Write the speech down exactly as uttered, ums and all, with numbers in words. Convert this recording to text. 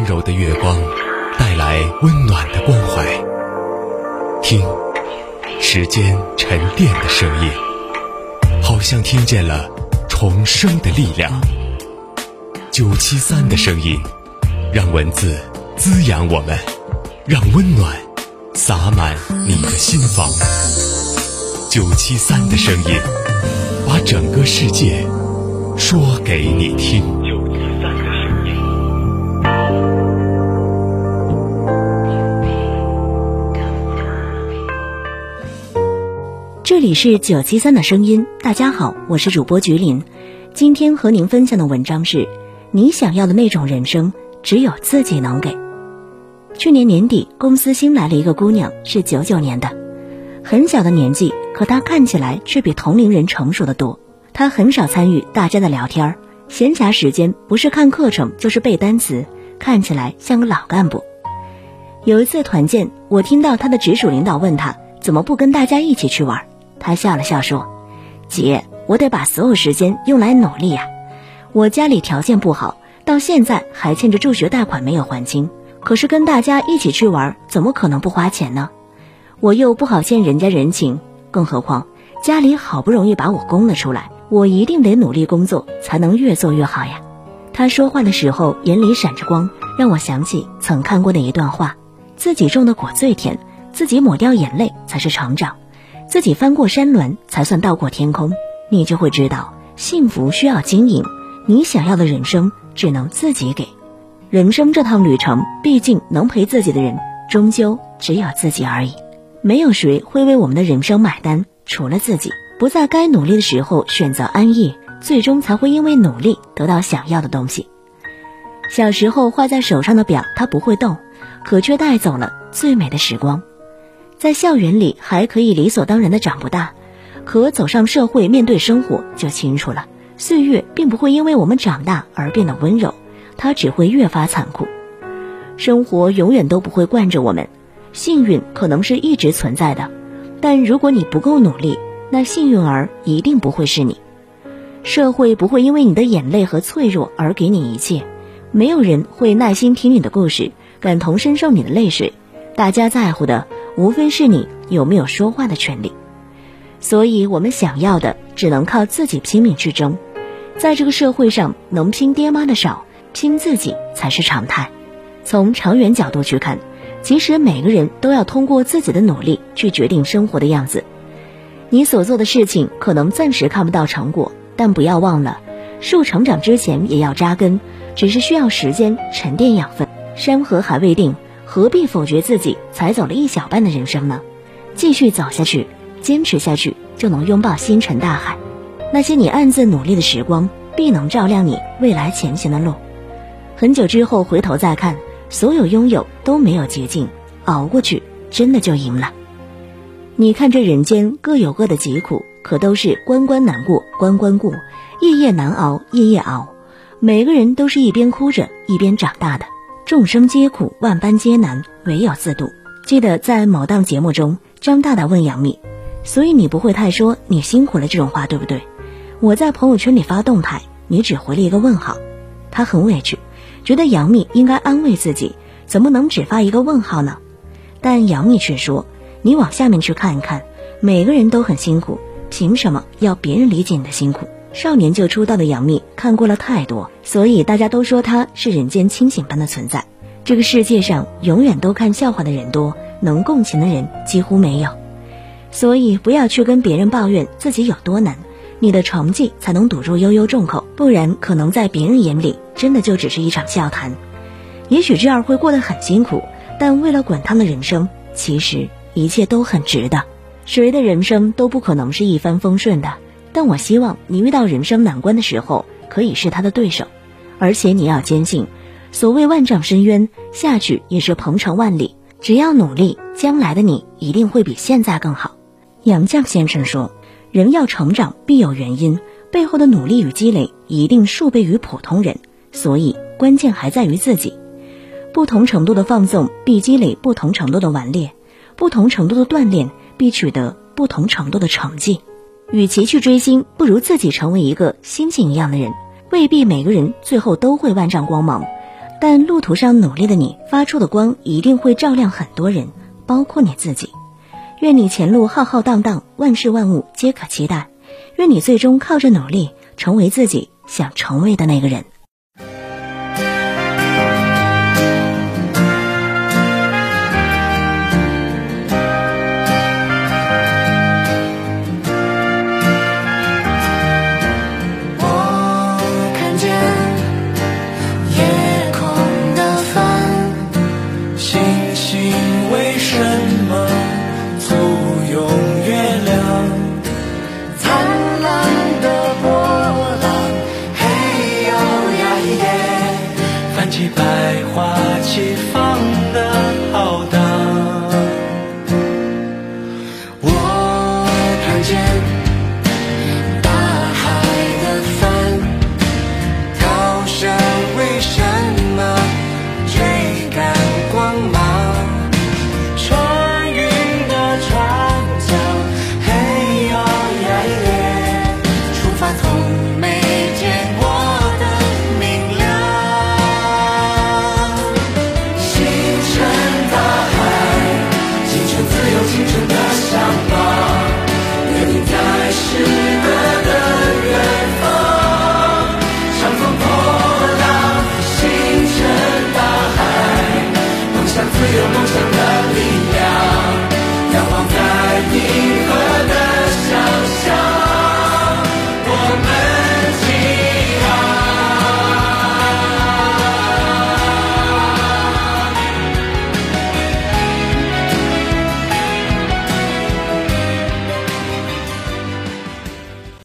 温柔的月光带来温暖的关怀。听，时间沉淀的声音，好像听见了重生的力量。九七三的声音，让文字滋养我们，让温暖洒满你的心房。九七三的声音，把整个世界说给你听。九七三的声音。 这里是九七三的声音，大家好，我是主播菊林。今天和您分享的文章是：你想要的那种人生，只有自己能给。去年年底，公司新来了一个姑娘，是九九年的，很小的年纪，可她看起来却比同龄人成熟得多。她很少参与大家的聊天，闲暇时间不是看课程就是背单词，看起来像个老干部。有一次团建，我听到她的直属领导问她怎么不跟大家一起去玩，她笑了笑说：姐，我得把所有时间用来努力呀、啊。我家里条件不好，到现在还欠着助学贷款没有还清，可是跟大家一起去玩，怎么可能不花钱呢？我又不好欠人家人情，更何况家里好不容易把我供了出来，我一定得努力工作，才能越做越好呀。他说话的时候眼里闪着光，让我想起曾看过的一段话：自己种的果最甜，自己抹掉眼泪才是成长，自己翻过山峦才算到过天空。你就会知道，幸福需要经营，你想要的人生只能自己给。人生这趟旅程，毕竟能陪自己的人终究只有自己而已，没有谁会为我们的人生买单，除了自己。不在该努力的时候选择安逸，最终才会因为努力得到想要的东西。小时候画在手上的表它不会动，可却带走了最美的时光。在校园里还可以理所当然的长不大，可走上社会面对生活就清楚了，岁月并不会因为我们长大而变得温柔，它只会越发残酷。生活永远都不会惯着我们，幸运可能是一直存在的，但如果你不够努力，那幸运儿一定不会是你。社会不会因为你的眼泪和脆弱而给你一切，没有人会耐心听你的故事，感同身受你的泪水，大家在乎的无非是你有没有说话的权利。所以我们想要的只能靠自己拼命去争。在这个社会上，能拼爹妈的少，拼自己才是常态。从长远角度去看，其实每个人都要通过自己的努力去决定生活的样子。你所做的事情可能暂时看不到成果，但不要忘了，树成长之前也要扎根，只是需要时间沉淀养分。山河还未定，何必否决自己才走了一小半的人生呢？继续走下去，坚持下去，就能拥抱星辰大海。那些你暗自努力的时光，必能照亮你未来前行的路。很久之后回头再看，所有拥有都没有捷径，熬过去真的就赢了。你看这人间各有各的疾苦，可都是关关难过关关过，夜夜难熬夜夜熬。每个人都是一边哭着一边长大的，众生皆苦万般皆难，唯有自渡。记得在某档节目中，张大大问杨幂，所以你不会太说你辛苦了这种话对不对？我在朋友圈里发动态，你只回了一个问号。他很委屈，觉得杨幂应该安慰自己，怎么能只发一个问号呢？但杨幂却说，你往下面去看一看，每个人都很辛苦，凭什么要别人理解你的辛苦？少年就出道的杨幂看过了太多，所以大家都说她是人间清醒般的存在。这个世界上永远都看笑话的人多，能共情的人几乎没有。所以不要去跟别人抱怨自己有多难，你的成绩才能堵住悠悠众口，不然可能在别人眼里真的就只是一场笑谈。也许这样会过得很辛苦，但为了滚烫的人生，其实一切都很值得。谁的人生都不可能是一帆风顺的，但我希望你遇到人生难关的时候，可以是他的对手。而且你要坚信，所谓万丈深渊，下去也是鹏程万里，只要努力，将来的你一定会比现在更好。杨绛先生说，人要成长必有原因，背后的努力与积累一定数倍于普通人，所以关键还在于自己。不同程度的放纵必积累不同程度的顽劣，不同程度的锻炼必取得不同程度的成绩。与其去追星，不如自己成为一个心境一样的人。未必每个人最后都会万丈光芒， 但路途上努力的你发出的光一定会照亮很多人，包括你自己。愿你前路浩浩荡荡，万事万物皆可期待。愿你最终靠着努力，成为自己想成为的那个人。